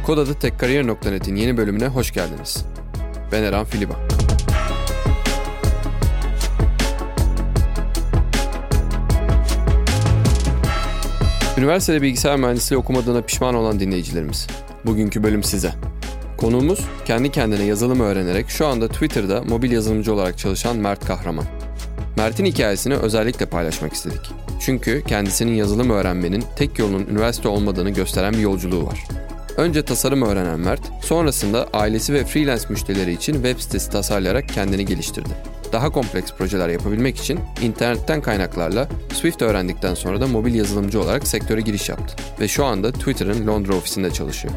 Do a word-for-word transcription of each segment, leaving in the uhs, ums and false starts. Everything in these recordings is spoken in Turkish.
Kodadı tekkariyer nokta net'in yeni bölümüne hoş geldiniz. Ben Eren Filiba. Üniversitede bilgisayar mühendisliği okumadığına pişman olan dinleyicilerimiz. Bugünkü bölüm size. Konuğumuz kendi kendine yazılım öğrenerek şu anda Twitter'da mobil yazılımcı olarak çalışan Mert Kahraman. Mert'in hikayesini özellikle paylaşmak istedik. Çünkü kendisinin yazılım öğrenmenin tek yolunun üniversite olmadığını gösteren bir yolculuğu var. Önce tasarım öğrenen Mert, sonrasında ailesi ve freelance müşterileri için web sitesi tasarlayarak kendini geliştirdi. Daha kompleks projeler yapabilmek için internetten kaynaklarla Swift öğrendikten sonra da mobil yazılımcı olarak sektöre giriş yaptı. Ve şu anda Twitter'ın Londra ofisinde çalışıyor.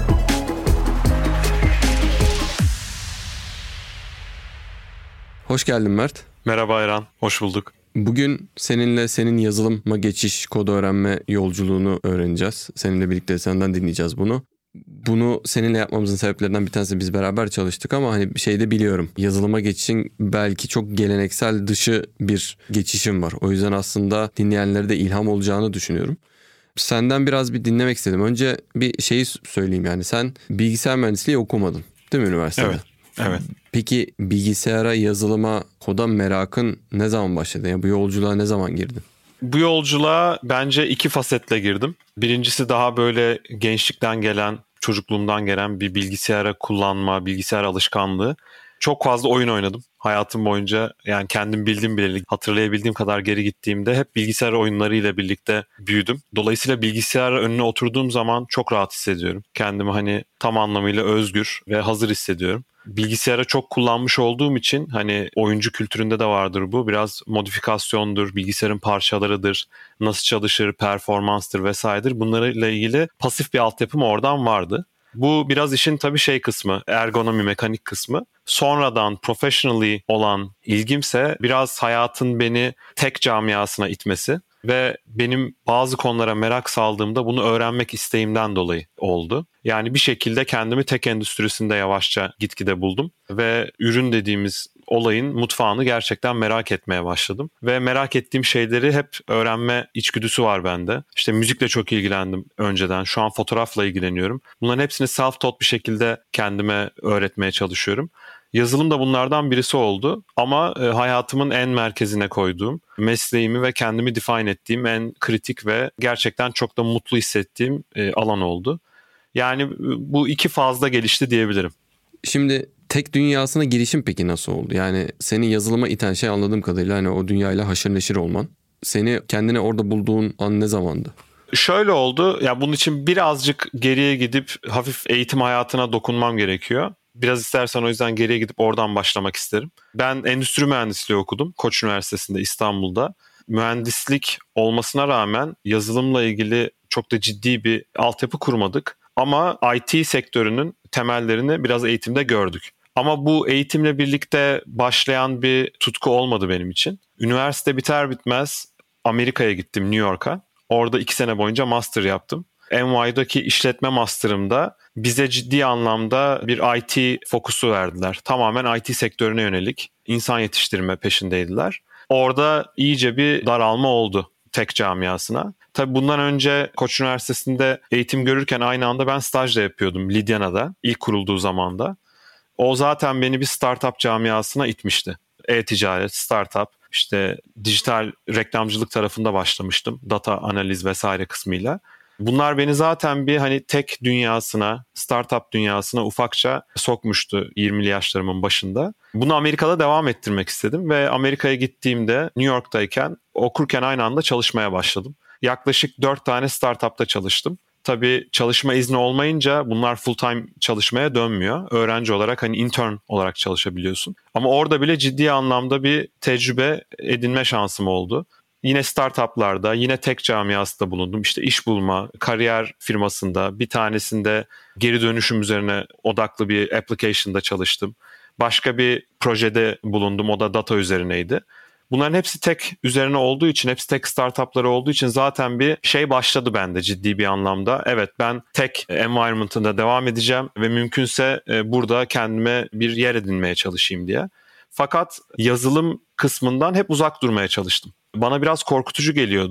Hoş geldin Mert. Merhaba Eren, hoş bulduk. Bugün seninle senin yazılıma geçiş, kod öğrenme yolculuğunu öğreneceğiz. Seninle birlikte senden dinleyeceğiz bunu. Bunu seninle yapmamızın sebeplerinden bir tanesi biz beraber çalıştık ama hani bir şey de biliyorum. Yazılıma geçişin belki çok geleneksel dışı bir geçişim var. O yüzden aslında dinleyenlere de ilham olacağını düşünüyorum. Senden biraz bir dinlemek istedim. Önce bir şeyi söyleyeyim, yani sen bilgisayar mühendisliği okumadın değil mi üniversitede? Evet. Evet. Peki bilgisayara, yazılıma, koda merakın ne zaman başladı? Yani bu yolculuğa ne zaman girdin? Bu yolculuğa bence iki fasetle girdim. Birincisi daha böyle gençlikten gelen, çocukluğumdan gelen bir bilgisayara kullanma, bilgisayar alışkanlığı. Çok fazla oyun oynadım hayatım boyunca. Yani kendim bildiğim bileli, hatırlayabildiğim kadar geri gittiğimde hep bilgisayar oyunlarıyla birlikte büyüdüm. Dolayısıyla bilgisayar önüne oturduğum zaman çok rahat hissediyorum. Kendimi hani tam anlamıyla özgür ve hazır hissediyorum. Bilgisayara çok kullanmış olduğum için hani oyuncu kültüründe de vardır bu. Biraz modifikasyondur, bilgisayarın parçalarıdır, nasıl çalışır, performanstır vesairedir. Bunlarla ilgili pasif bir altyapım oradan vardı. Bu biraz işin tabii şey kısmı, ergonomi, mekanik kısmı. Sonradan professionally olan ilgimse biraz hayatın beni tech camiasına itmesi ve benim bazı konulara merak saldığımda bunu öğrenmek isteğimden dolayı oldu. Yani bir şekilde kendimi tech endüstrisinde yavaşça gitgide buldum ve ürün dediğimiz olayın mutfağını gerçekten merak etmeye başladım. Ve merak ettiğim şeyleri hep öğrenme içgüdüsü var bende. İşte müzikle çok ilgilendim önceden. Şu an fotoğrafla ilgileniyorum. Bunların hepsini self-taught bir şekilde kendime öğretmeye çalışıyorum. Yazılım da bunlardan birisi oldu ama e, hayatımın en merkezine koyduğum, mesleğimi ve kendimi define ettiğim en kritik ve gerçekten çok da mutlu hissettiğim e, alan oldu. Yani bu iki fazla gelişti diyebilirim. Şimdi tech dünyasına girişim peki nasıl oldu? Yani seni yazılıma iten şey anladığım kadarıyla hani o dünyayla haşır neşir olman. Seni kendine orada bulduğun an ne zamandı? Şöyle oldu. Ya bunun için birazcık geriye gidip hafif eğitim hayatına dokunmam gerekiyor. Biraz istersen o yüzden geriye gidip oradan başlamak isterim. Ben endüstri mühendisliği okudum Koç Üniversitesi'nde İstanbul'da. Mühendislik olmasına rağmen yazılımla ilgili çok da ciddi bir altyapı kurmadık. Ama I T sektörünün temellerini biraz eğitimde gördük. Ama bu eğitimle birlikte başlayan bir tutku olmadı benim için. Üniversite biter bitmez Amerika'ya gittim, New York'a. Orada iki sene boyunca master yaptım. N Y'daki işletme master'ımda bize ciddi anlamda bir I T fokusu verdiler. Tamamen I T sektörüne yönelik insan yetiştirme peşindeydiler. Orada iyice bir daralma oldu tech camiasına. Tabii bundan önce Koç Üniversitesi'nde eğitim görürken aynı anda ben staj da yapıyordum Lidyana'da, ilk kurulduğu zamanda. O zaten beni bir startup camiasına itmişti. E-ticaret, startup, işte dijital reklamcılık tarafında başlamıştım. Data analiz vesaire kısmıyla. Bunlar beni zaten bir hani tech dünyasına, startup dünyasına ufakça sokmuştu yirmili yaşlarımın başında. Bunu Amerika'da devam ettirmek istedim ve Amerika'ya gittiğimde New York'tayken okurken aynı anda çalışmaya başladım. Yaklaşık dört tane startupta çalıştım. Tabii çalışma izni olmayınca bunlar full time çalışmaya dönmüyor. Öğrenci olarak hani intern olarak çalışabiliyorsun. Ama orada bile ciddi anlamda bir tecrübe edinme şansım oldu. Yine startuplarda, yine tech camiasında bulundum. İşte iş bulma, kariyer firmasında, bir tanesinde geri dönüşüm üzerine odaklı bir application'da çalıştım. Başka bir projede bulundum, o da data üzerineydi. Bunların hepsi tech üzerine olduğu için, hepsi tech startupları olduğu için zaten bir şey başladı bende ciddi bir anlamda. Evet, ben tech environment'ında devam edeceğim ve mümkünse burada kendime bir yer edinmeye çalışayım diye. Fakat yazılım kısmından hep uzak durmaya çalıştım. Bana biraz korkutucu geliyordu.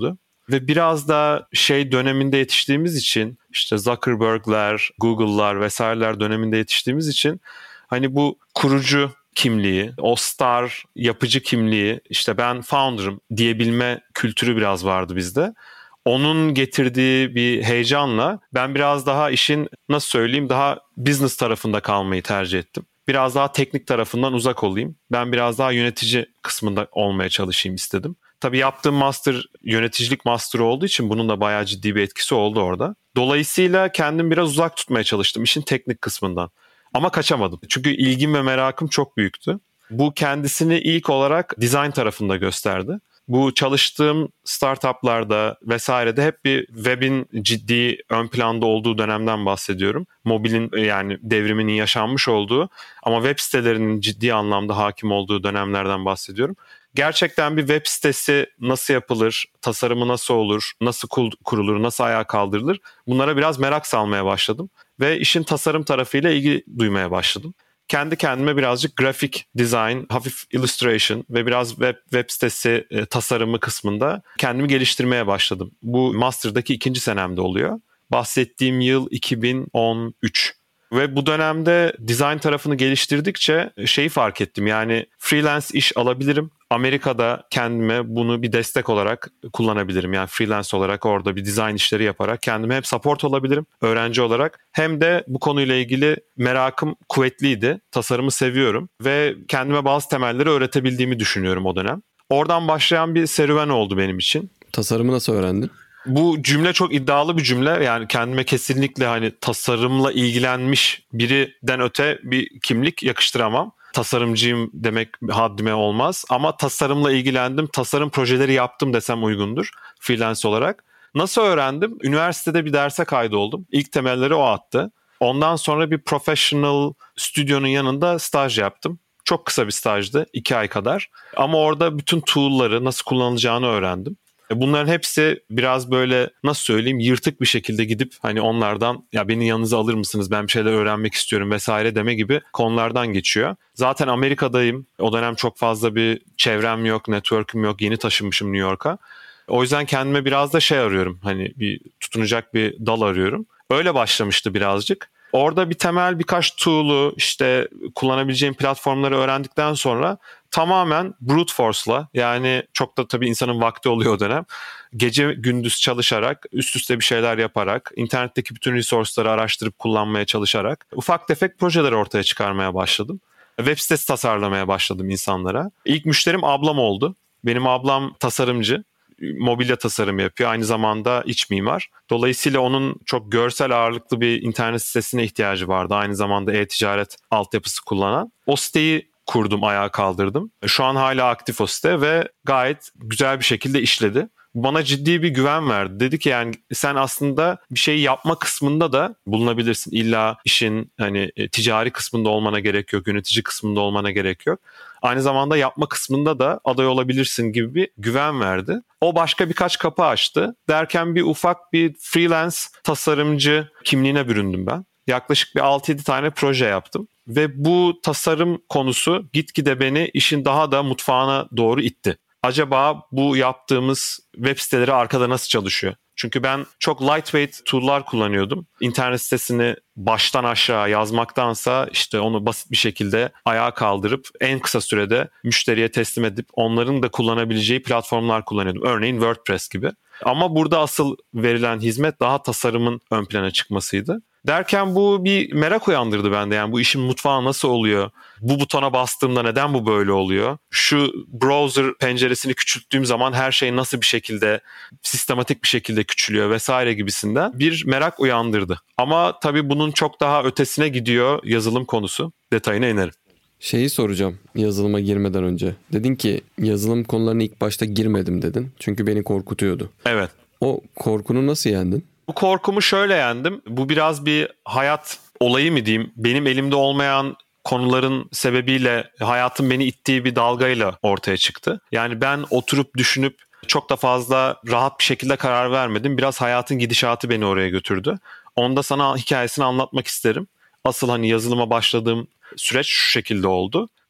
Ve biraz da şey döneminde yetiştiğimiz için, işte Zuckerberg'ler, Google'lar vesaireler döneminde yetiştiğimiz için hani bu kurucu kimliği, o star yapıcı kimliği, işte ben founder'ım diyebilme kültürü biraz vardı bizde. Onun getirdiği bir heyecanla ben biraz daha işin, nasıl söyleyeyim, daha business tarafında kalmayı tercih ettim. Biraz daha teknik tarafından uzak olayım. Ben biraz daha yönetici kısmında olmaya çalışayım istedim. Tabii yaptığım master yöneticilik master olduğu için bunun da bayağı ciddi bir etkisi oldu orada. Dolayısıyla kendimi biraz uzak tutmaya çalıştım işin teknik kısmından. Ama kaçamadım. Çünkü ilgim ve merakım çok büyüktü. Bu kendisini ilk olarak design tarafında gösterdi. Bu çalıştığım startuplarda vesairede hep bir web'in ciddi ön planda olduğu dönemden bahsediyorum. Mobilin, yani devriminin yaşanmış olduğu ama web sitelerinin ciddi anlamda hakim olduğu dönemlerden bahsediyorum. Gerçekten bir web sitesi nasıl yapılır, tasarımı nasıl olur, nasıl kurulur, nasıl ayağa kaldırılır, bunlara biraz merak salmaya başladım. Ve işin tasarım tarafıyla ilgi duymaya başladım. Kendi kendime birazcık grafik design, hafif illustration ve biraz web, web sitesi e, tasarımı kısmında kendimi geliştirmeye başladım. Bu master'daki ikinci senemde oluyor. Bahsettiğim yıl iki bin on üç. Ve bu dönemde design tarafını geliştirdikçe şeyi fark ettim. Yani freelance iş alabilirim. Amerika'da kendime bunu bir destek olarak kullanabilirim. Yani freelance olarak orada bir design işleri yaparak kendime hem support olabilirim öğrenci olarak. Hem de bu konuyla ilgili merakım kuvvetliydi. Tasarımı seviyorum ve kendime bazı temelleri öğretebildiğimi düşünüyorum o dönem. Oradan başlayan bir serüven oldu benim için. Tasarımı nasıl öğrendin? Bu cümle çok iddialı bir cümle. Yani kendime kesinlikle hani tasarımla ilgilenmiş biriden öte bir kimlik yakıştıramam. Tasarımcıyım demek haddime olmaz. Ama tasarımla ilgilendim, tasarım projeleri yaptım desem uygundur freelance olarak. Nasıl öğrendim? Üniversitede bir derse kaydoldum. İlk temelleri o attı. Ondan sonra bir professional stüdyonun yanında staj yaptım. Çok kısa bir stajdı, iki ay kadar. Ama orada bütün tool'ları nasıl kullanılacağını öğrendim. Bunların hepsi biraz böyle, nasıl söyleyeyim, yırtık bir şekilde gidip hani onlardan ya beni yanınıza alır mısınız, ben bir şeyler öğrenmek istiyorum vesaire deme gibi konulardan geçiyor. Zaten Amerika'dayım. O dönem çok fazla bir çevrem yok, network'üm yok. Yeni taşınmışım New York'a. O yüzden kendime biraz da şey arıyorum. Hani bir tutunacak bir dal arıyorum. Öyle başlamıştı birazcık. Orada bir temel birkaç tool'u, işte kullanabileceğim platformları öğrendikten sonra tamamen brute force'la, yani çok da tabii insanın vakti oluyor o dönem, gece gündüz çalışarak, üst üste bir şeyler yaparak, internetteki bütün resource'ları araştırıp kullanmaya çalışarak ufak tefek projeler ortaya çıkarmaya başladım. Web sitesi tasarlamaya başladım insanlara. İlk müşterim ablam oldu. Benim ablam tasarımcı. Mobilya tasarımı yapıyor. Aynı zamanda iç mimar. Dolayısıyla onun çok görsel ağırlıklı bir internet sitesine ihtiyacı vardı. Aynı zamanda e-ticaret altyapısı kullanan. O siteyi kurdum, ayağa kaldırdım. Şu an hala aktif o site ve gayet güzel bir şekilde işledi. Bana ciddi bir güven verdi. Dedi ki yani sen aslında bir şey yapma kısmında da bulunabilirsin. İlla işin hani ticari kısmında olmana gerek yok, yönetici kısmında olmana gerek yok. Aynı zamanda yapma kısmında da aday olabilirsin gibi bir güven verdi. O başka birkaç kapı açtı. Derken bir ufak bir freelance tasarımcı kimliğine büründüm ben. Yaklaşık bir altı yedi tane proje yaptım. Ve bu tasarım konusu gitgide beni işin daha da mutfağına doğru itti. Acaba bu yaptığımız web siteleri arkada nasıl çalışıyor? Çünkü ben çok lightweight tool'lar kullanıyordum. İnternet sitesini baştan aşağı yazmaktansa işte onu basit bir şekilde ayağa kaldırıp en kısa sürede müşteriye teslim edip onların da kullanabileceği platformlar kullanıyordum. Örneğin WordPress gibi. Ama burada asıl verilen hizmet daha tasarımın ön plana çıkmasıydı. Derken bu bir merak uyandırdı bende. Yani bu işin mutfağı nasıl oluyor? Bu butona bastığımda neden bu böyle oluyor? Şu browser penceresini küçülttüğüm zaman her şey nasıl bir şekilde, sistematik bir şekilde küçülüyor vesaire gibisinden bir merak uyandırdı. Ama tabii bunun çok daha ötesine gidiyor yazılım konusu. Detayına inerim. Şeyi soracağım yazılıma girmeden önce. Dedin ki yazılım konularına ilk başta girmedim dedin. Çünkü beni korkutuyordu. Evet. O korkunu nasıl yendin? Bu korkumu şöyle yendim. Bu biraz bir hayat olayı mı diyeyim? Benim elimde olmayan konuların sebebiyle hayatın beni ittiği bir dalgayla ortaya çıktı. Yani ben oturup düşünüp çok da fazla rahat bir şekilde karar vermedim. Biraz hayatın gidişatı beni oraya götürdü. Onda sana hikayesini anlatmak isterim. Asıl hani yazılıma başladığım süreç şu şekilde oldu.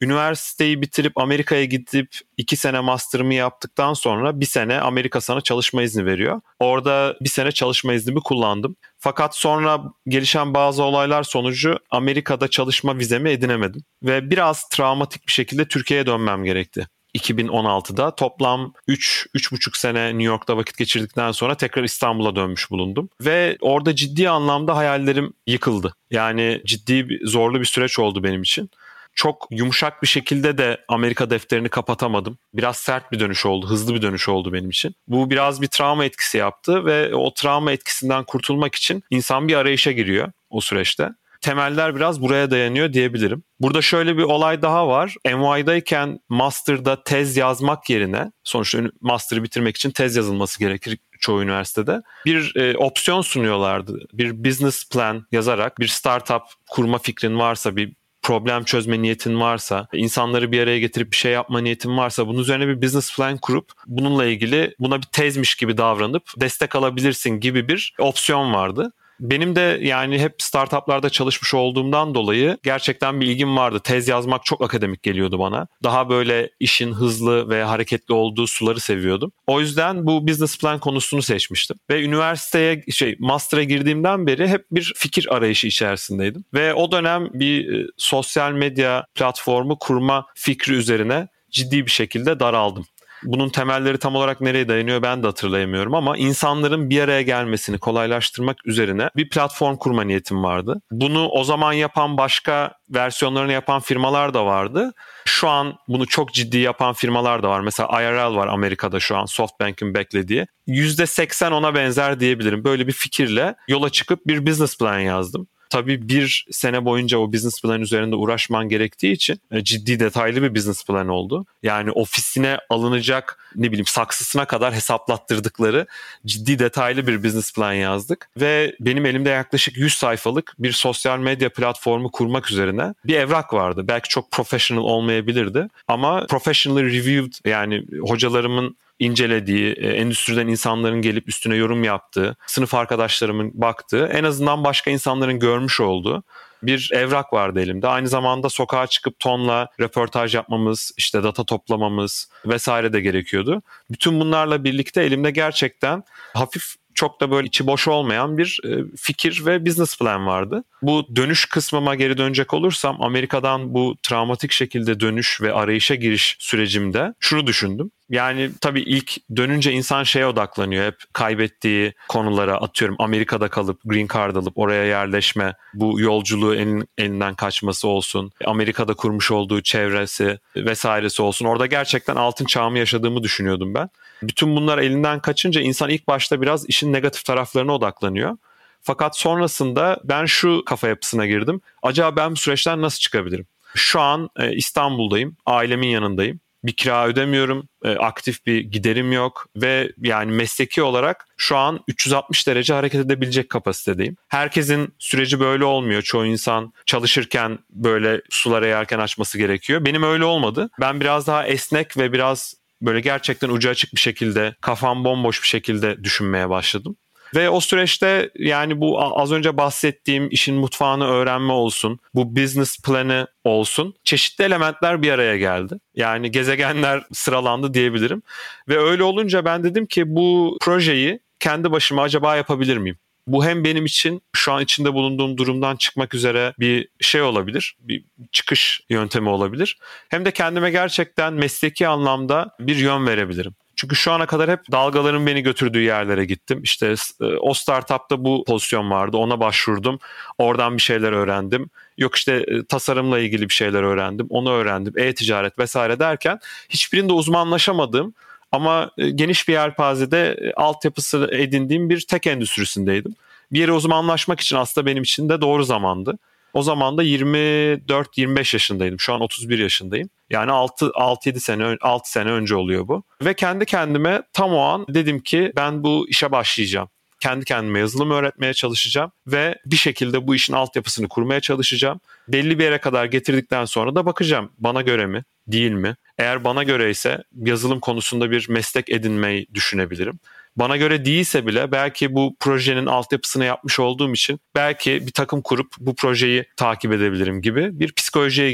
üniversiteyi bitirip Amerika'ya gidip iki sene master'ımı yaptıktan sonra bir sene Amerika sana çalışma izni veriyor. Orada bir sene çalışma iznimi kullandım. Fakat sonra gelişen bazı olaylar sonucu Amerika'da çalışma vizemi edinemedim. Ve biraz travmatik bir şekilde Türkiye'ye dönmem gerekti. iki bin on altıda toplam üç üç buçuk sene New York'ta vakit geçirdikten sonra tekrar İstanbul'a dönmüş bulundum. Ve orada ciddi anlamda hayallerim yıkıldı. Yani ciddi bir, zorlu bir süreç oldu benim için. Çok yumuşak bir şekilde de Amerika defterini kapatamadım. Biraz sert bir dönüş oldu, hızlı bir dönüş oldu benim için. Bu biraz bir travma etkisi yaptı ve o travma etkisinden kurtulmak için insan bir arayışa giriyor o süreçte. Temeller biraz buraya dayanıyor diyebilirim. Burada şöyle bir olay daha var. N Y'dayken master'da tez yazmak yerine, sonuçta master'ı bitirmek için tez yazılması gerekir çoğu üniversitede, bir e, opsiyon sunuyorlardı. Bir business plan yazarak bir startup kurma fikrin varsa, bir problem çözme niyetin varsa, insanları bir araya getirip bir şey yapma niyetin varsa, bunun üzerine bir business plan kurup bununla ilgili buna bir tezmiş gibi davranıp destek alabilirsin gibi bir opsiyon vardı. Benim de yani hep startuplarda çalışmış olduğumdan dolayı gerçekten bir ilgim vardı. Tez yazmak çok akademik geliyordu bana. Daha böyle işin hızlı ve hareketli olduğu suları seviyordum. O yüzden bu business plan konusunu seçmiştim. Ve üniversiteye şey master'a girdiğimden beri hep bir fikir arayışı içerisindeydim. Ve o dönem bir e, sosyal medya platformu kurma fikri üzerine ciddi bir şekilde daraldım. Bunun temelleri tam olarak nereye dayanıyor ben de hatırlayamıyorum ama insanların bir araya gelmesini kolaylaştırmak üzerine bir platform kurma niyetim vardı. Bunu o zaman yapan, başka versiyonlarını yapan firmalar da vardı. Şu an bunu çok ciddi yapan firmalar da var. Mesela I R L var Amerika'da şu an, SoftBank'in beklediği. yüzde seksen ona benzer diyebilirim. Böyle bir fikirle yola çıkıp bir business plan yazdım. Tabii bir sene boyunca o business plan üzerinde uğraşman gerektiği için ciddi detaylı bir business plan oldu. Yani ofisine alınacak ne bileyim saksısına kadar hesaplattırdıkları ciddi detaylı bir business plan yazdık. Ve benim elimde yaklaşık yüz sayfalık bir sosyal medya platformu kurmak üzerine bir evrak vardı. Belki çok professional olmayabilirdi ama professionally reviewed, yani hocalarımın incelediği, endüstriden insanların gelip üstüne yorum yaptığı, sınıf arkadaşlarımın baktığı, en azından başka insanların görmüş olduğu bir evrak vardı elimde. Aynı zamanda sokağa çıkıp tonla röportaj yapmamız, işte data toplamamız vesaire de gerekiyordu. Bütün bunlarla birlikte elimde gerçekten hafif, çok da böyle içi boş olmayan bir fikir ve business plan vardı. Bu dönüş kısmıma geri dönecek olursam, Amerika'dan bu travmatik şekilde dönüş ve arayışa giriş sürecimde şunu düşündüm. Yani tabii ilk dönünce insan şeye odaklanıyor. Hep kaybettiği konulara, atıyorum Amerika'da kalıp green card alıp oraya yerleşme, bu yolculuğu elin, elinden kaçması olsun, Amerika'da kurmuş olduğu çevresi vesairesi olsun. Orada gerçekten altın çağımı yaşadığımı düşünüyordum ben. Bütün bunlar elinden kaçınca insan ilk başta biraz işin negatif taraflarına odaklanıyor. Fakat sonrasında ben şu kafa yapısına girdim. Acaba ben bu süreçten nasıl çıkabilirim? Şu an e, İstanbul'dayım, ailemin yanındayım. Bir kira ödemiyorum, e, aktif bir giderim yok ve yani mesleki olarak şu an üç yüz altmış derece hareket edebilecek kapasitedeyim. Herkesin süreci böyle olmuyor. Çoğu insan çalışırken böyle sulara yelken açması gerekiyor. Benim öyle olmadı. Ben biraz daha esnek ve biraz böyle gerçekten ucu açık bir şekilde, kafam bomboş bir şekilde düşünmeye başladım. Ve o süreçte yani bu az önce bahsettiğim işin mutfağını öğrenme olsun, bu business planı olsun, çeşitli elementler bir araya geldi. Yani gezegenler sıralandı diyebilirim. Ve öyle olunca ben dedim ki bu projeyi kendi başıma acaba yapabilir miyim? Bu hem benim için şu an içinde bulunduğum durumdan çıkmak üzere bir şey olabilir, bir çıkış yöntemi olabilir. Hem de kendime gerçekten mesleki anlamda bir yön verebilirim. Çünkü şu ana kadar hep dalgaların beni götürdüğü yerlere gittim. İşte o startupta bu pozisyon vardı, ona başvurdum. Oradan bir şeyler öğrendim. Yok işte tasarımla ilgili bir şeyler öğrendim, onu öğrendim. E-ticaret vesaire derken hiçbirinde uzmanlaşamadığım ama geniş bir yelpazede altyapısı edindiğim bir tech endüstrisindeydim. Bir yere uzmanlaşmak için aslında benim için de doğru zamandı. O zaman da yirmi dört yirmi beş yaşındaydım. Şu an otuz bir yaşındayım. Yani altı yedi sene altı sene önce oluyor bu. Ve kendi kendime tam o an dedim ki ben bu işe başlayacağım. Kendi kendime yazılım öğretmeye çalışacağım ve bir şekilde bu işin altyapısını kurmaya çalışacağım. Belli bir yere kadar getirdikten sonra da bakacağım bana göre mi, değil mi? Eğer bana göre ise yazılım konusunda bir meslek edinmeyi düşünebilirim. Bana göre değilse bile belki bu projenin altyapısını yapmış olduğum için belki bir takım kurup bu projeyi takip edebilirim gibi bir psikolojiye girdim.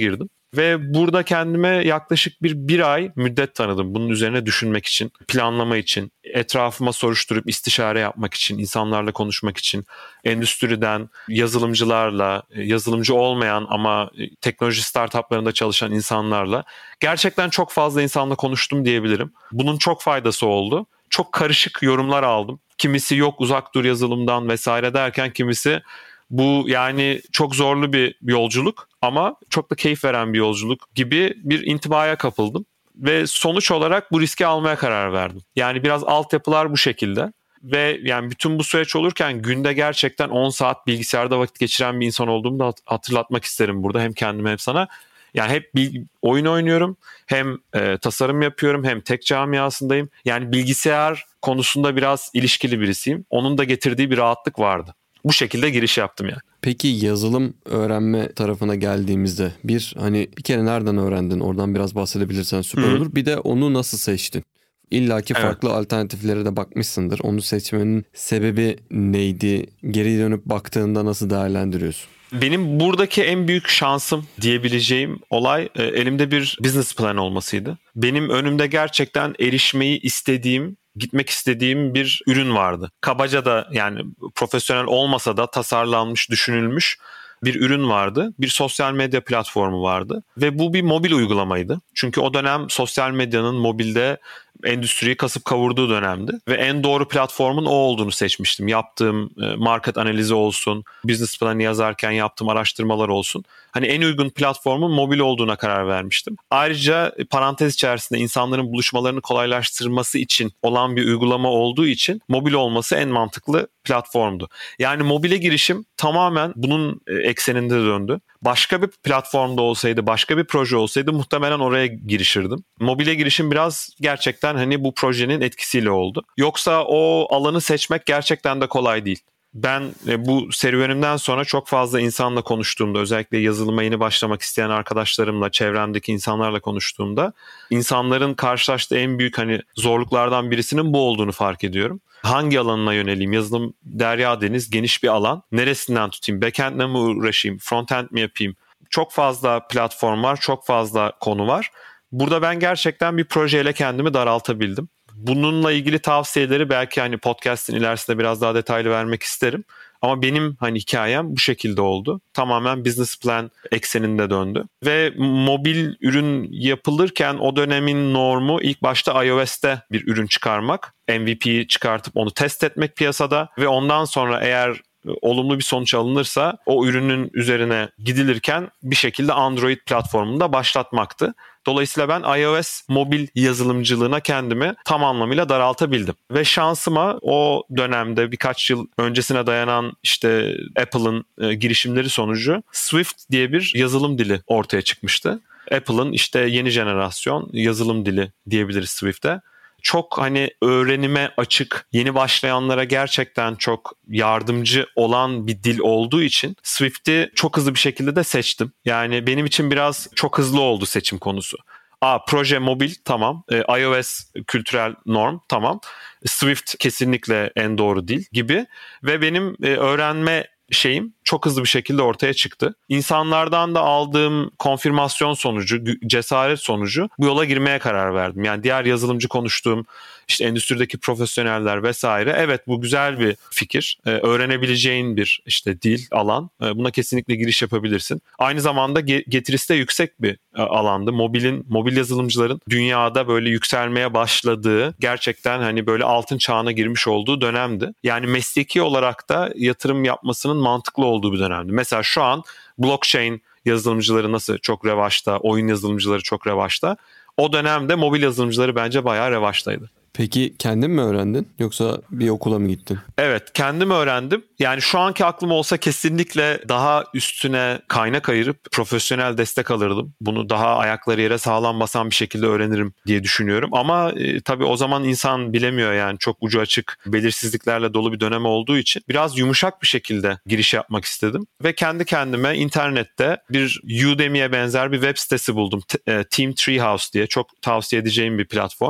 Ve burada kendime yaklaşık bir bir ay müddet tanıdım. Bunun üzerine düşünmek için, planlama için, etrafıma soruşturup istişare yapmak için, insanlarla konuşmak için, endüstriden yazılımcılarla, yazılımcı olmayan ama teknoloji startuplarında çalışan insanlarla gerçekten çok fazla insanla konuştum diyebilirim. Bunun çok faydası oldu. Çok karışık yorumlar aldım. Kimisi yok uzak dur yazılımdan vesaire derken kimisi bu yani çok zorlu bir yolculuk ama çok da keyif veren bir yolculuk gibi bir intibaya kapıldım. Ve sonuç olarak bu riski almaya karar verdim. Yani biraz altyapılar bu şekilde. Ve yani bütün bu süreç olurken günde gerçekten on saat bilgisayarda vakit geçiren bir insan olduğumu da hatırlatmak isterim burada. Hem kendime hem sana. Yani hep bir oyun oynuyorum, hem e, tasarım yapıyorum, hem tek camiasındayım. Yani bilgisayar konusunda biraz ilişkili birisiyim. Onun da getirdiği bir rahatlık vardı. Bu şekilde giriş yaptım yani. Peki yazılım öğrenme tarafına geldiğimizde bir hani bir kere nereden öğrendin? Oradan biraz bahsedebilirsen süper Hı-hı. olur. Bir de onu nasıl seçtin? İlla ki farklı evet. alternatiflere de bakmışsındır. Onu seçmenin sebebi neydi? Geri dönüp baktığında nasıl değerlendiriyorsun? Benim buradaki en büyük şansım diyebileceğim olay e, elimde bir business plan olmasıydı. Benim önümde gerçekten erişmeyi istediğim, gitmek istediğim bir ürün vardı. Kabaca da yani profesyonel olmasa da tasarlanmış, düşünülmüş bir ürün vardı. Bir sosyal medya platformu vardı ve bu bir mobil uygulamaydı. Çünkü o dönem sosyal medyanın mobilde endüstriyi kasıp kavurduğu dönemdi ve en doğru platformun o olduğunu seçmiştim. Yaptığım market analizi olsun, business planı yazarken yaptığım araştırmalar olsun. Hani en uygun platformun mobil olduğuna karar vermiştim. Ayrıca parantez içerisinde insanların buluşmalarını kolaylaştırması için olan bir uygulama olduğu için mobil olması en mantıklı platformdu. Yani mobile girişim tamamen bunun ekseninde döndü. Başka bir platformda olsaydı, başka bir proje olsaydı muhtemelen oraya girişirdim. Mobile girişim biraz gerçekten hani bu projenin etkisiyle oldu. Yoksa o alanı seçmek gerçekten de kolay değil. Ben bu serüvenimden sonra çok fazla insanla konuştuğumda, özellikle yazılıma yeni başlamak isteyen arkadaşlarımla, çevremdeki insanlarla konuştuğumda insanların karşılaştığı en büyük hani zorluklardan birisinin bu olduğunu fark ediyorum. Hangi alanına yöneleyim? Yazılım derya deniz, geniş bir alan. Neresinden tutayım? Backend'le mi uğraşayım? Frontend mi yapayım? Çok fazla platform var, çok fazla konu var. Burada ben gerçekten bir projeyle kendimi daraltabildim. Bununla ilgili tavsiyeleri belki hani podcast'in ilerisinde biraz daha detaylı vermek isterim. Ama benim hani hikayem bu şekilde oldu. Tamamen business plan ekseninde döndü. Ve mobil ürün yapılırken o dönemin normu ilk başta iOS'te bir ürün çıkarmak. M V P'yi çıkartıp onu test etmek piyasada ve ondan sonra eğer olumlu bir sonuç alınırsa o ürünün üzerine gidilirken bir şekilde Android platformunda başlatmaktı. Dolayısıyla ben iOS mobil yazılımcılığına kendimi tam anlamıyla daraltabildim. Ve şansıma o dönemde birkaç yıl öncesine dayanan işte Apple'ın e, girişimleri sonucu Swift diye bir yazılım dili ortaya çıkmıştı. Apple'ın işte yeni jenerasyon yazılım dili diyebiliriz Swift'e. Çok hani öğrenime açık, yeni başlayanlara gerçekten çok yardımcı olan bir dil olduğu için Swift'i çok hızlı bir şekilde de seçtim. Yani benim için biraz çok hızlı oldu seçim konusu. Aa, proje mobil tamam, ee, iOS kültürel norm tamam, Swift kesinlikle en doğru dil gibi ve benim e, öğrenme şeyim çok hızlı bir şekilde ortaya çıktı. İnsanlardan da aldığım konfirmasyon sonucu, cesaret sonucu bu yola girmeye karar verdim. Yani diğer yazılımcı konuştuğum işte endüstrideki profesyoneller vesaire, evet bu güzel bir fikir. Ee, öğrenebileceğin bir işte dil, alan. Ee, buna kesinlikle giriş yapabilirsin. Aynı zamanda getirisi de yüksek bir e, alandı. Mobilin, mobil yazılımcıların dünyada böyle yükselmeye başladığı, gerçekten hani böyle altın çağına girmiş olduğu dönemdi. Yani mesleki olarak da yatırım yapmasının mantıklı olduğu bir dönemdi. Mesela şu an blockchain yazılımcıları nasıl çok revaçta, oyun yazılımcıları çok revaçta. O dönemde mobil yazılımcıları bence bayağı revaçtaydı. Peki kendin mi öğrendin yoksa bir okula mı gittin? Evet, kendim öğrendim. Yani şu anki aklım olsa kesinlikle daha üstüne kaynak ayırıp profesyonel destek alırdım. Bunu daha ayakları yere sağlam basan bir şekilde öğrenirim diye düşünüyorum. Ama e, tabii o zaman insan bilemiyor, yani çok ucu açık belirsizliklerle dolu bir dönem olduğu için biraz yumuşak bir şekilde giriş yapmak istedim. Ve kendi kendime internette bir Udemy'ye benzer bir web sitesi buldum. T- e, Team Treehouse diye, çok tavsiye edeceğim bir platform.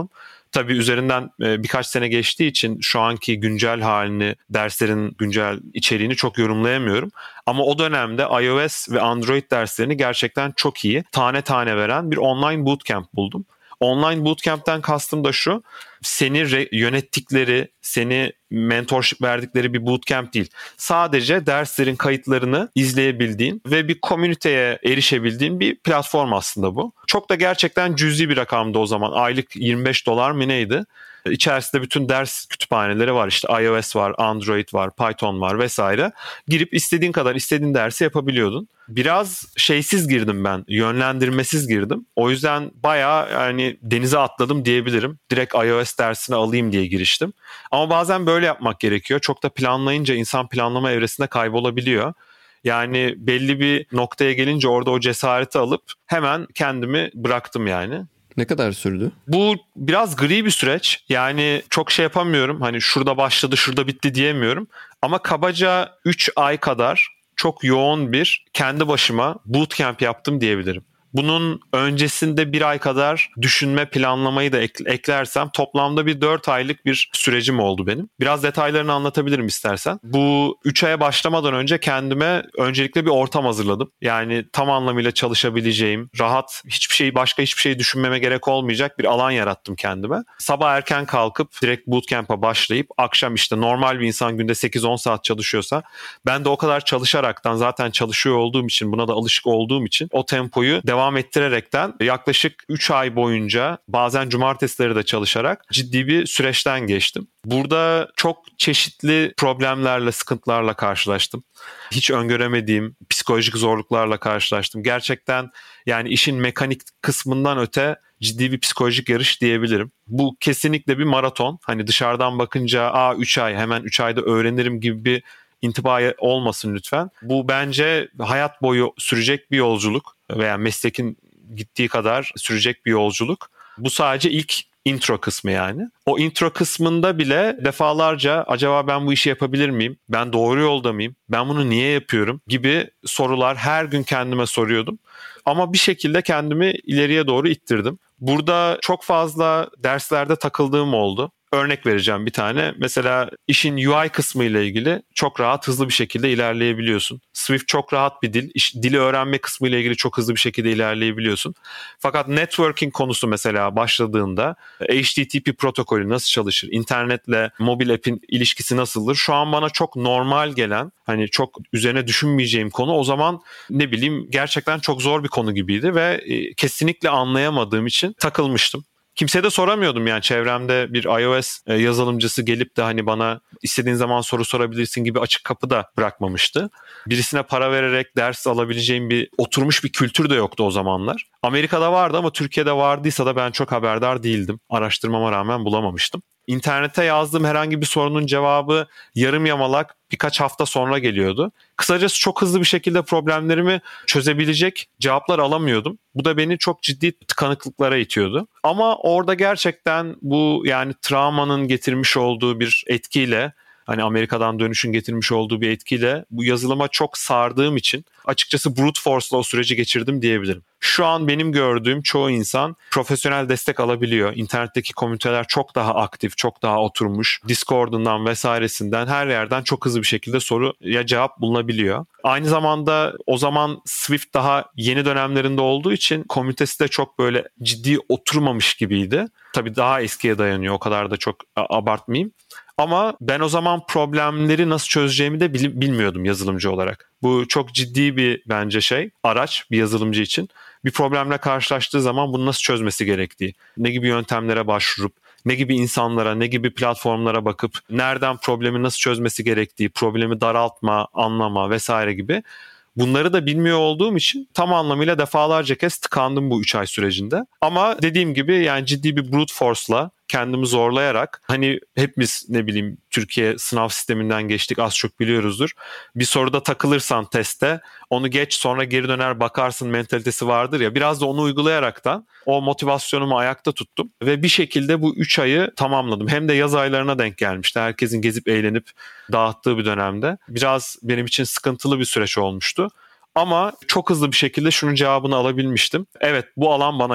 Tabii üzerinden birkaç sene geçtiği için şu anki güncel halini, derslerin güncel içeriğini çok yorumlayamıyorum. Ama o dönemde iOS ve Android derslerini gerçekten çok iyi, tane tane veren bir online bootcamp buldum. Online bootcamp'ten kastım da şu: seni re- yönettikleri, seni mentorship verdikleri bir bootcamp değil. Sadece derslerin kayıtlarını izleyebildiğin ve bir komüniteye erişebildiğin bir platform aslında bu. Çok da gerçekten cüzi bir rakamdı o zaman. Aylık yirmi beş dolar mı neydi? İçerisinde bütün ders kütüphaneleri var. İşte iOS var, Android var, Python var vesaire. Girip istediğin kadar istediğin dersi yapabiliyordun. Biraz şeysiz girdim ben, yönlendirmesiz girdim. O yüzden bayağı yani denize atladım diyebilirim. Direkt iOS dersini alayım diye giriştim. Ama bazen böyle yapmak gerekiyor. Çok da planlayınca insan planlama evresinde kaybolabiliyor. Yani belli bir noktaya gelince orada o cesareti alıp hemen kendimi bıraktım yani. Ne kadar sürdü? Bu biraz gri bir süreç. Yani çok şey yapamıyorum. Hani şurada başladı, şurada bitti diyemiyorum. Ama kabaca üç ay kadar çok yoğun bir kendi başıma bootcamp yaptım diyebilirim. Bunun öncesinde bir ay kadar düşünme, planlamayı da eklersem toplamda bir dört aylık bir sürecim oldu benim. Biraz detaylarını anlatabilirim istersen. Bu üç aya başlamadan önce kendime öncelikle bir ortam hazırladım. Yani tam anlamıyla çalışabileceğim, rahat, hiçbir şeyi başka hiçbir şey düşünmeme gerek olmayacak bir alan yarattım kendime. Sabah erken kalkıp direkt bootcamp'a başlayıp akşam işte normal bir insan günde sekiz on saat çalışıyorsa ben de o kadar çalışaraktan zaten çalışıyor olduğum için, buna da alışık olduğum için o tempoyu devam devam ettirerekten yaklaşık üç ay boyunca bazen cumartesileri de çalışarak ciddi bir süreçten geçtim. Burada çok çeşitli problemlerle, sıkıntılarla karşılaştım. Hiç öngöremediğim psikolojik zorluklarla karşılaştım. Gerçekten yani işin mekanik kısmından öte ciddi bir psikolojik yarış diyebilirim. Bu kesinlikle bir maraton. Hani dışarıdan bakınca aa üç ay hemen üç ayda öğrenirim gibi bir intiba olmasın lütfen. Bu bence hayat boyu sürecek bir yolculuk veya meslekin gittiği kadar sürecek bir yolculuk. Bu sadece ilk intro kısmı yani. O intro kısmında bile defalarca acaba ben bu işi yapabilir miyim? Ben doğru yolda mıyım? Ben bunu niye yapıyorum? Gibi sorular her gün kendime soruyordum. Ama bir şekilde kendimi ileriye doğru ittirdim. Burada çok fazla derslerde takıldığım oldu. Örnek vereceğim bir tane. Mesela işin U I kısmı ile ilgili çok rahat, hızlı bir şekilde ilerleyebiliyorsun. Swift çok rahat bir dil. İş, dili öğrenme kısmı ile ilgili çok hızlı bir şekilde ilerleyebiliyorsun. Fakat networking konusu mesela başladığında H T T P protokolü nasıl çalışır? İnternetle mobil app'in ilişkisi nasıldır? Şu an bana çok normal gelen, hani çok üzerine düşünmeyeceğim konu o zaman ne bileyim gerçekten çok zor bir konu gibiydi ve kesinlikle anlayamadığım için takılmıştım. Kimseye de soramıyordum yani çevremde bir iOS yazılımcısı gelip de hani bana istediğin zaman soru sorabilirsin gibi açık kapı da bırakmamıştı. Birisine para vererek ders alabileceğim bir oturmuş bir kültür de yoktu o zamanlar. Amerika'da vardı ama Türkiye'de vardıysa da ben çok haberdar değildim. Araştırmama rağmen bulamamıştım. İnternete yazdığım herhangi bir sorunun cevabı yarım yamalak birkaç hafta sonra geliyordu. Kısacası çok hızlı bir şekilde problemlerimi çözebilecek cevaplar alamıyordum. Bu da beni çok ciddi tıkanıklıklara itiyordu. Ama orada gerçekten bu yani travmanın getirmiş olduğu bir etkiyle, hani Amerika'dan dönüşün getirmiş olduğu bir etkiyle bu yazılıma çok sardığım için açıkçası brute force'la o süreci geçirdim diyebilirim. Şu an benim gördüğüm çoğu insan profesyonel destek alabiliyor. İnternetteki komüniteler çok daha aktif, çok daha oturmuş. Discord'undan vesairesinden her yerden çok hızlı bir şekilde soruya cevap bulunabiliyor. Aynı zamanda o zaman Swift daha yeni dönemlerinde olduğu için komünitesi de çok böyle ciddi oturmamış gibiydi. Tabii daha eskiye dayanıyor, o kadar da çok abartmayayım. Ama ben o zaman problemleri nasıl çözeceğimi de bilmiyordum yazılımcı olarak. Bu çok ciddi bir bence şey, araç bir yazılımcı için. Bir problemle karşılaştığı zaman bunu nasıl çözmesi gerektiği, ne gibi yöntemlere başvurup, ne gibi insanlara, ne gibi platformlara bakıp, nereden problemi nasıl çözmesi gerektiği, problemi daraltma, anlama vesaire gibi. Bunları da bilmiyor olduğum için tam anlamıyla defalarca kez tıkandım bu üç ay sürecinde. Ama dediğim gibi yani ciddi bir brute force'la kendimi zorlayarak, hani hepimiz ne bileyim Türkiye sınav sisteminden geçtik, az çok biliyoruzdur. Bir soruda takılırsan testte onu geç sonra geri döner bakarsın mentalitesi vardır ya, biraz da onu uygulayaraktan o motivasyonumu ayakta tuttum ve bir şekilde bu üç ayı tamamladım. Hem de yaz aylarına denk gelmişti. Herkesin gezip eğlenip dağıttığı bir dönemde. Biraz benim için sıkıntılı bir süreç olmuştu. Ama çok hızlı bir şekilde şunun cevabını alabilmiştim. Evet, bu alan bana göre.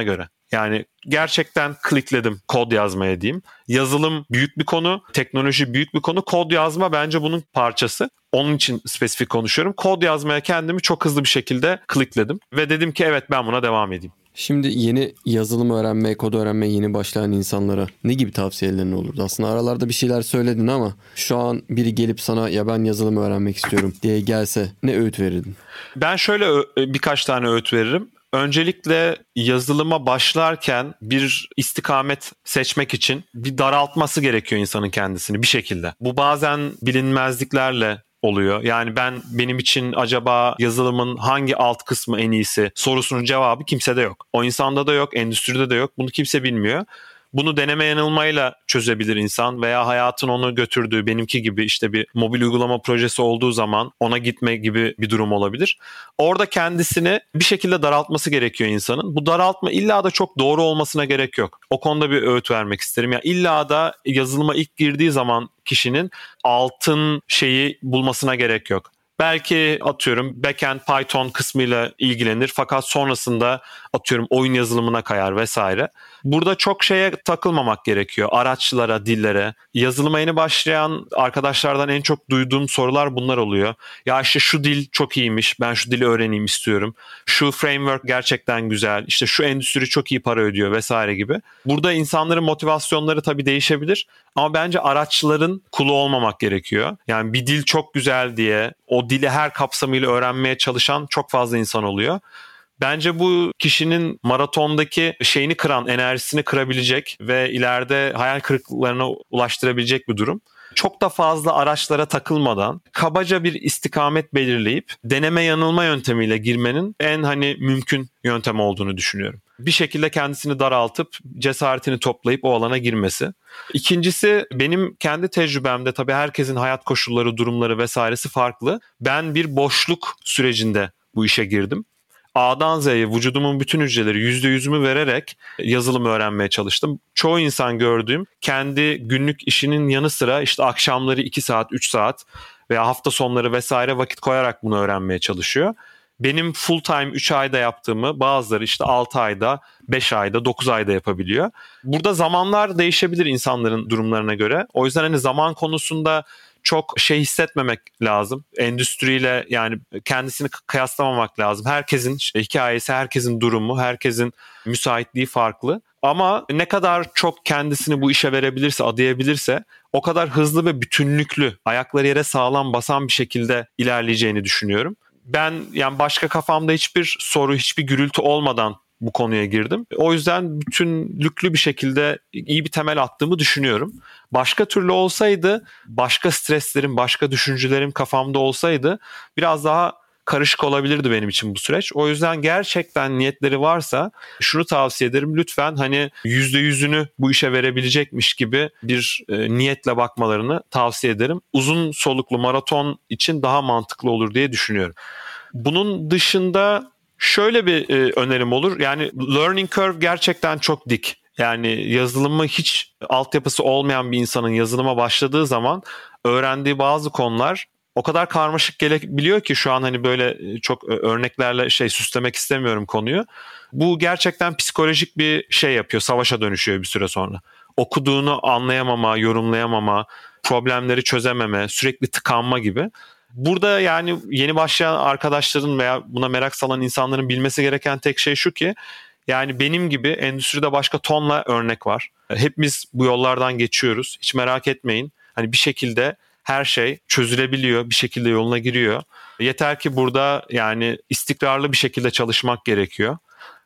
Yani gerçekten klikledim kod yazmaya diyeyim. Yazılım büyük bir konu, teknoloji büyük bir konu. Kod yazma bence bunun parçası. Onun için spesifik konuşuyorum. Kod yazmaya kendimi çok hızlı bir şekilde klikledim. Ve dedim ki evet, ben buna devam edeyim. Şimdi yeni yazılım öğrenmeye, kod öğrenmeye yeni başlayan insanlara ne gibi tavsiyelerin olurdu? Aslında aralarda bir şeyler söyledin ama şu an biri gelip sana ya ben yazılım öğrenmek istiyorum diye gelse ne öğüt verirdin? Ben şöyle birkaç tane öğüt veririm. Öncelikle yazılıma başlarken bir istikamet seçmek için bir daraltması gerekiyor insanın kendisini bir şekilde. Bu bazen bilinmezliklerle oluyor. Yani ben benim için acaba yazılımın hangi alt kısmı en iyisi sorusunun cevabı kimsede yok. O insanda da yok, endüstride de yok. Bunu kimse bilmiyor. Bunu deneme yanılmayla çözebilir insan veya hayatın onu götürdüğü, benimki gibi işte bir mobil uygulama projesi olduğu zaman ona gitme gibi bir durum olabilir. Orada kendisini bir şekilde daraltması gerekiyor insanın. Bu daraltma illa da çok doğru olmasına gerek yok. O konuda bir öğüt vermek isterim. Ya illa da yazılıma ilk girdiği zaman kişinin altın şeyi bulmasına gerek yok. Belki atıyorum backend Python kısmıyla ilgilenir fakat sonrasında atıyorum oyun yazılımına kayar vesaire. Burada çok şeye takılmamak gerekiyor. Araçlara, dillere. Yazılıma yeni başlayan arkadaşlardan en çok duyduğum sorular bunlar oluyor. Ya işte şu dil çok iyiymiş, ben şu dili öğreneyim istiyorum. Şu framework gerçekten güzel, işte şu endüstri çok iyi para ödüyor vesaire gibi. Burada insanların motivasyonları tabii değişebilir ama bence araçların kulu olmamak gerekiyor. Yani bir dil çok güzel diye o dili her kapsamıyla öğrenmeye çalışan çok fazla insan oluyor. Bence bu kişinin maratondaki şeyini kıran, enerjisini kırabilecek ve ileride hayal kırıklıklarına ulaştırabilecek bir durum. Çok da fazla araçlara takılmadan kabaca bir istikamet belirleyip deneme yanılma yöntemiyle girmenin en hani mümkün yöntem olduğunu düşünüyorum. Bir şekilde kendisini daraltıp cesaretini toplayıp o alana girmesi. İkincisi, benim kendi tecrübemde tabii herkesin hayat koşulları, durumları vesairesi farklı. Ben bir boşluk sürecinde bu işe girdim. A'dan Z'ye vücudumun bütün hücreleri yüzde yüzümü vererek yazılım öğrenmeye çalıştım. Çoğu insan gördüğüm kendi günlük işinin yanı sıra işte akşamları iki saat, üç saat veya hafta sonları vesaire vakit koyarak bunu öğrenmeye çalışıyor. Benim full time üç ayda yaptığımı bazıları işte altı ayda, beş ayda, dokuz ayda yapabiliyor. Burada zamanlar değişebilir insanların durumlarına göre. O yüzden hani zaman konusunda çok şey hissetmemek lazım. Endüstriyle yani kendisini kıyaslamamak lazım. Herkesin hikayesi, herkesin durumu, herkesin müsaitliği farklı. Ama ne kadar çok kendisini bu işe verebilirse, adayabilirse o kadar hızlı ve bütünlüklü, ayakları yere sağlam basan bir şekilde ilerleyeceğini düşünüyorum. Ben yani başka kafamda hiçbir soru, hiçbir gürültü olmadan bu konuya girdim. O yüzden bütünlüklü bir şekilde iyi bir temel attığımı düşünüyorum. Başka türlü olsaydı, başka streslerim, başka düşüncelerim kafamda olsaydı biraz daha karışık olabilirdi benim için bu süreç. O yüzden gerçekten niyetleri varsa şunu tavsiye ederim. Lütfen hani yüzde yüzünü bu işe verebilecekmiş gibi bir e, niyetle bakmalarını tavsiye ederim. Uzun soluklu maraton için daha mantıklı olur diye düşünüyorum. Bunun dışında şöyle bir e, önerim olur. Yani learning curve gerçekten çok dik. Yani yazılımı hiç altyapısı olmayan bir insanın yazılıma başladığı zaman öğrendiği bazı konular o kadar karmaşık gelebiliyor ki şu an hani böyle çok örneklerle şey süslemek istemiyorum konuyu. Bu gerçekten psikolojik bir şey yapıyor, savaşa dönüşüyor bir süre sonra. Okuduğunu anlayamama, yorumlayamama, problemleri çözememe, sürekli tıkanma gibi. Burada yani yeni başlayan arkadaşların veya buna merak salan insanların bilmesi gereken tek şey şu ki yani benim gibi endüstride başka tonla örnek var. Hepimiz bu yollardan geçiyoruz. Hiç merak etmeyin. Hani bir şekilde her şey çözülebiliyor, bir şekilde yoluna giriyor. Yeter ki burada yani istikrarlı bir şekilde çalışmak gerekiyor.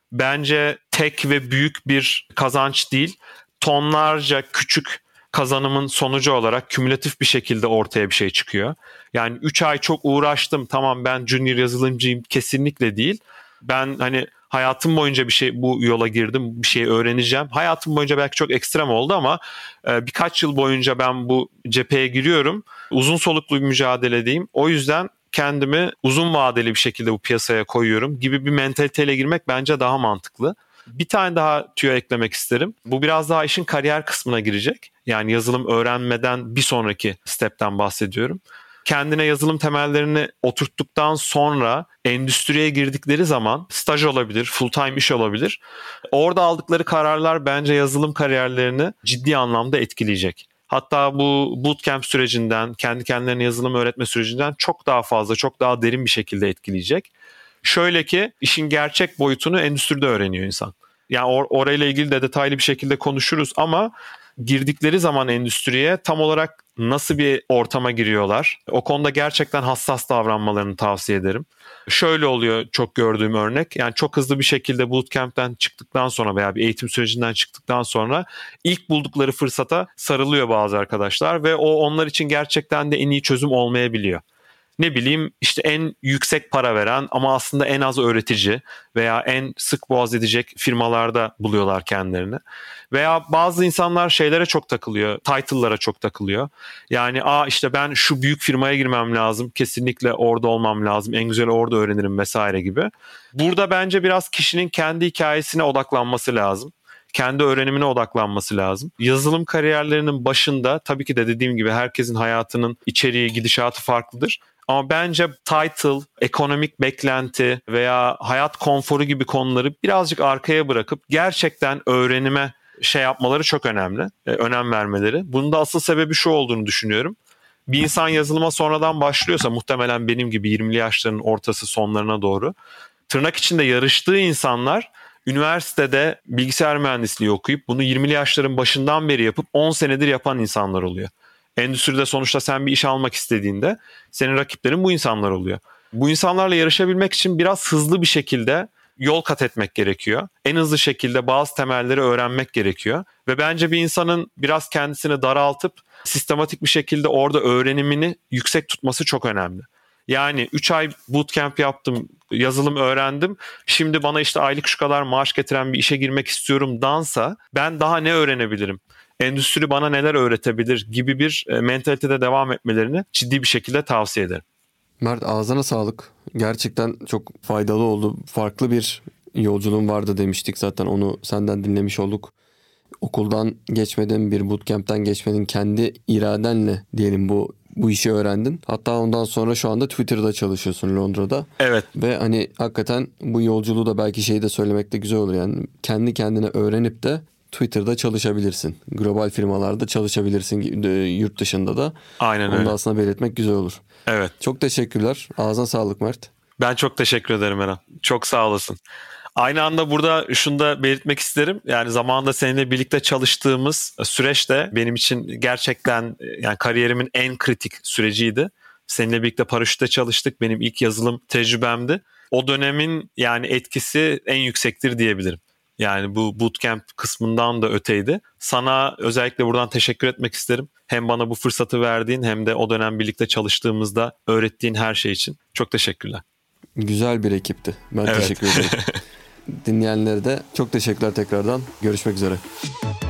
Bence tek ve büyük bir kazanç değil, tonlarca küçük kazanımın sonucu olarak kümülatif bir şekilde ortaya bir şey çıkıyor. Yani üç ay çok uğraştım, tamam ben junior yazılımcıyım kesinlikle değil. Ben hani hayatım boyunca bir şey bu yola girdim, bir şey öğreneceğim. Hayatım boyunca belki çok ekstrem oldu ama e, birkaç yıl boyunca ben bu cepheye giriyorum. Uzun soluklu bir mücadeledeyim. O yüzden kendimi uzun vadeli bir şekilde bu piyasaya koyuyorum gibi bir mentaliteyle girmek bence daha mantıklı. Bir tane daha tüyo eklemek isterim. Bu biraz daha işin kariyer kısmına girecek. Yani yazılım öğrenmeden bir sonraki step'ten bahsediyorum. kendine yazılım temellerini oturttuktan sonra endüstriye girdikleri zaman staj olabilir, full time iş olabilir. Orada aldıkları kararlar bence yazılım kariyerlerini ciddi anlamda etkileyecek. Hatta bu bootcamp sürecinden, kendi kendilerine yazılım öğretme sürecinden çok daha fazla, çok daha derin bir şekilde etkileyecek. Şöyle ki işin gerçek boyutunu endüstride öğreniyor insan. Yani or- orayla ilgili de detaylı bir şekilde konuşuruz ama girdikleri zaman endüstriye tam olarak nasıl bir ortama giriyorlar? O konuda gerçekten hassas davranmalarını tavsiye ederim. Şöyle oluyor çok gördüğüm örnek. Yani çok hızlı bir şekilde bootcamp'ten çıktıktan sonra veya bir eğitim sürecinden çıktıktan sonra ilk buldukları fırsata sarılıyor bazı arkadaşlar ve o onlar için gerçekten de en iyi çözüm olmayabiliyor. Ne bileyim işte en yüksek para veren ama aslında en az öğretici veya en sık boğaz edecek firmalarda buluyorlar kendilerini. Veya bazı insanlar şeylere çok takılıyor, title'lara çok takılıyor. Yani aa işte ben şu büyük firmaya girmem lazım, kesinlikle orada olmam lazım, en güzeli orada öğrenirim vesaire gibi. Burada bence biraz kişinin kendi hikayesine odaklanması lazım. Kendi öğrenimine odaklanması lazım. Yazılım kariyerlerinin başında tabii ki de dediğim gibi herkesin hayatının içeriği, gidişatı farklıdır. Ama bence title, ekonomik beklenti veya hayat konforu gibi konuları birazcık arkaya bırakıp gerçekten öğrenime şey yapmaları çok önemli. E, önem vermeleri. Bunun da asıl sebebi şu olduğunu düşünüyorum. Bir insan yazılıma sonradan başlıyorsa muhtemelen benim gibi yirmili yaşlarının ortası sonlarına doğru tırnak içinde yarıştığı insanlar üniversitede bilgisayar mühendisliği okuyup bunu yirmili yaşların başından beri yapıp on senedir yapan insanlar oluyor. Endüstride sonuçta sen bir iş almak istediğinde senin rakiplerin bu insanlar oluyor. Bu insanlarla yarışabilmek için biraz hızlı bir şekilde yol kat etmek gerekiyor. En hızlı şekilde bazı temelleri öğrenmek gerekiyor. Ve bence bir insanın biraz kendisini daraltıp sistematik bir şekilde orada öğrenimini yüksek tutması çok önemli. Yani üç ay bootcamp yaptım, yazılım öğrendim. Şimdi bana işte aylık şu kadar maaş getiren bir işe girmek istiyorum dansa ben daha ne öğrenebilirim? Endüstri bana neler öğretebilir gibi bir mentalitede devam etmelerini ciddi bir şekilde tavsiye ederim. Mert, ağzına sağlık. Gerçekten çok faydalı oldu. Farklı bir yolculuğun vardı demiştik zaten, onu senden dinlemiş olduk. Okuldan geçmedin, bir bootcamp'ten geçmedin, kendi iradenle diyelim bu bu işi öğrendin. Hatta ondan sonra şu anda Twitter'da çalışıyorsun, Londra'da. Evet. Ve hani hakikaten bu yolculuğu da belki şeyi de söylemek de güzel olur yani. Kendi kendine öğrenip de Twitter'da çalışabilirsin. Global firmalarda çalışabilirsin, yurt dışında da. Aynen öyle. Onu da aslında belirtmek güzel olur. Evet. Çok teşekkürler. Ağzına sağlık Mert. Ben çok teşekkür ederim Eren. Çok sağ olasın. Aynı anda burada şunu da belirtmek isterim. Yani zamanında seninle birlikte çalıştığımız süreç de benim için gerçekten yani kariyerimin en kritik süreciydi. Seninle birlikte paraşütte çalıştık. Benim ilk yazılım tecrübemdi. O dönemin yani etkisi en yüksektir diyebilirim. Yani bu bootcamp kısmından da öteydi. Sana özellikle buradan teşekkür etmek isterim. Hem bana bu fırsatı verdiğin hem de o dönem birlikte çalıştığımızda öğrettiğin her şey için. Çok teşekkürler. Güzel bir ekipti. Ben evet. teşekkür ederim. Dinleyenlere de çok teşekkürler tekrardan. Görüşmek üzere.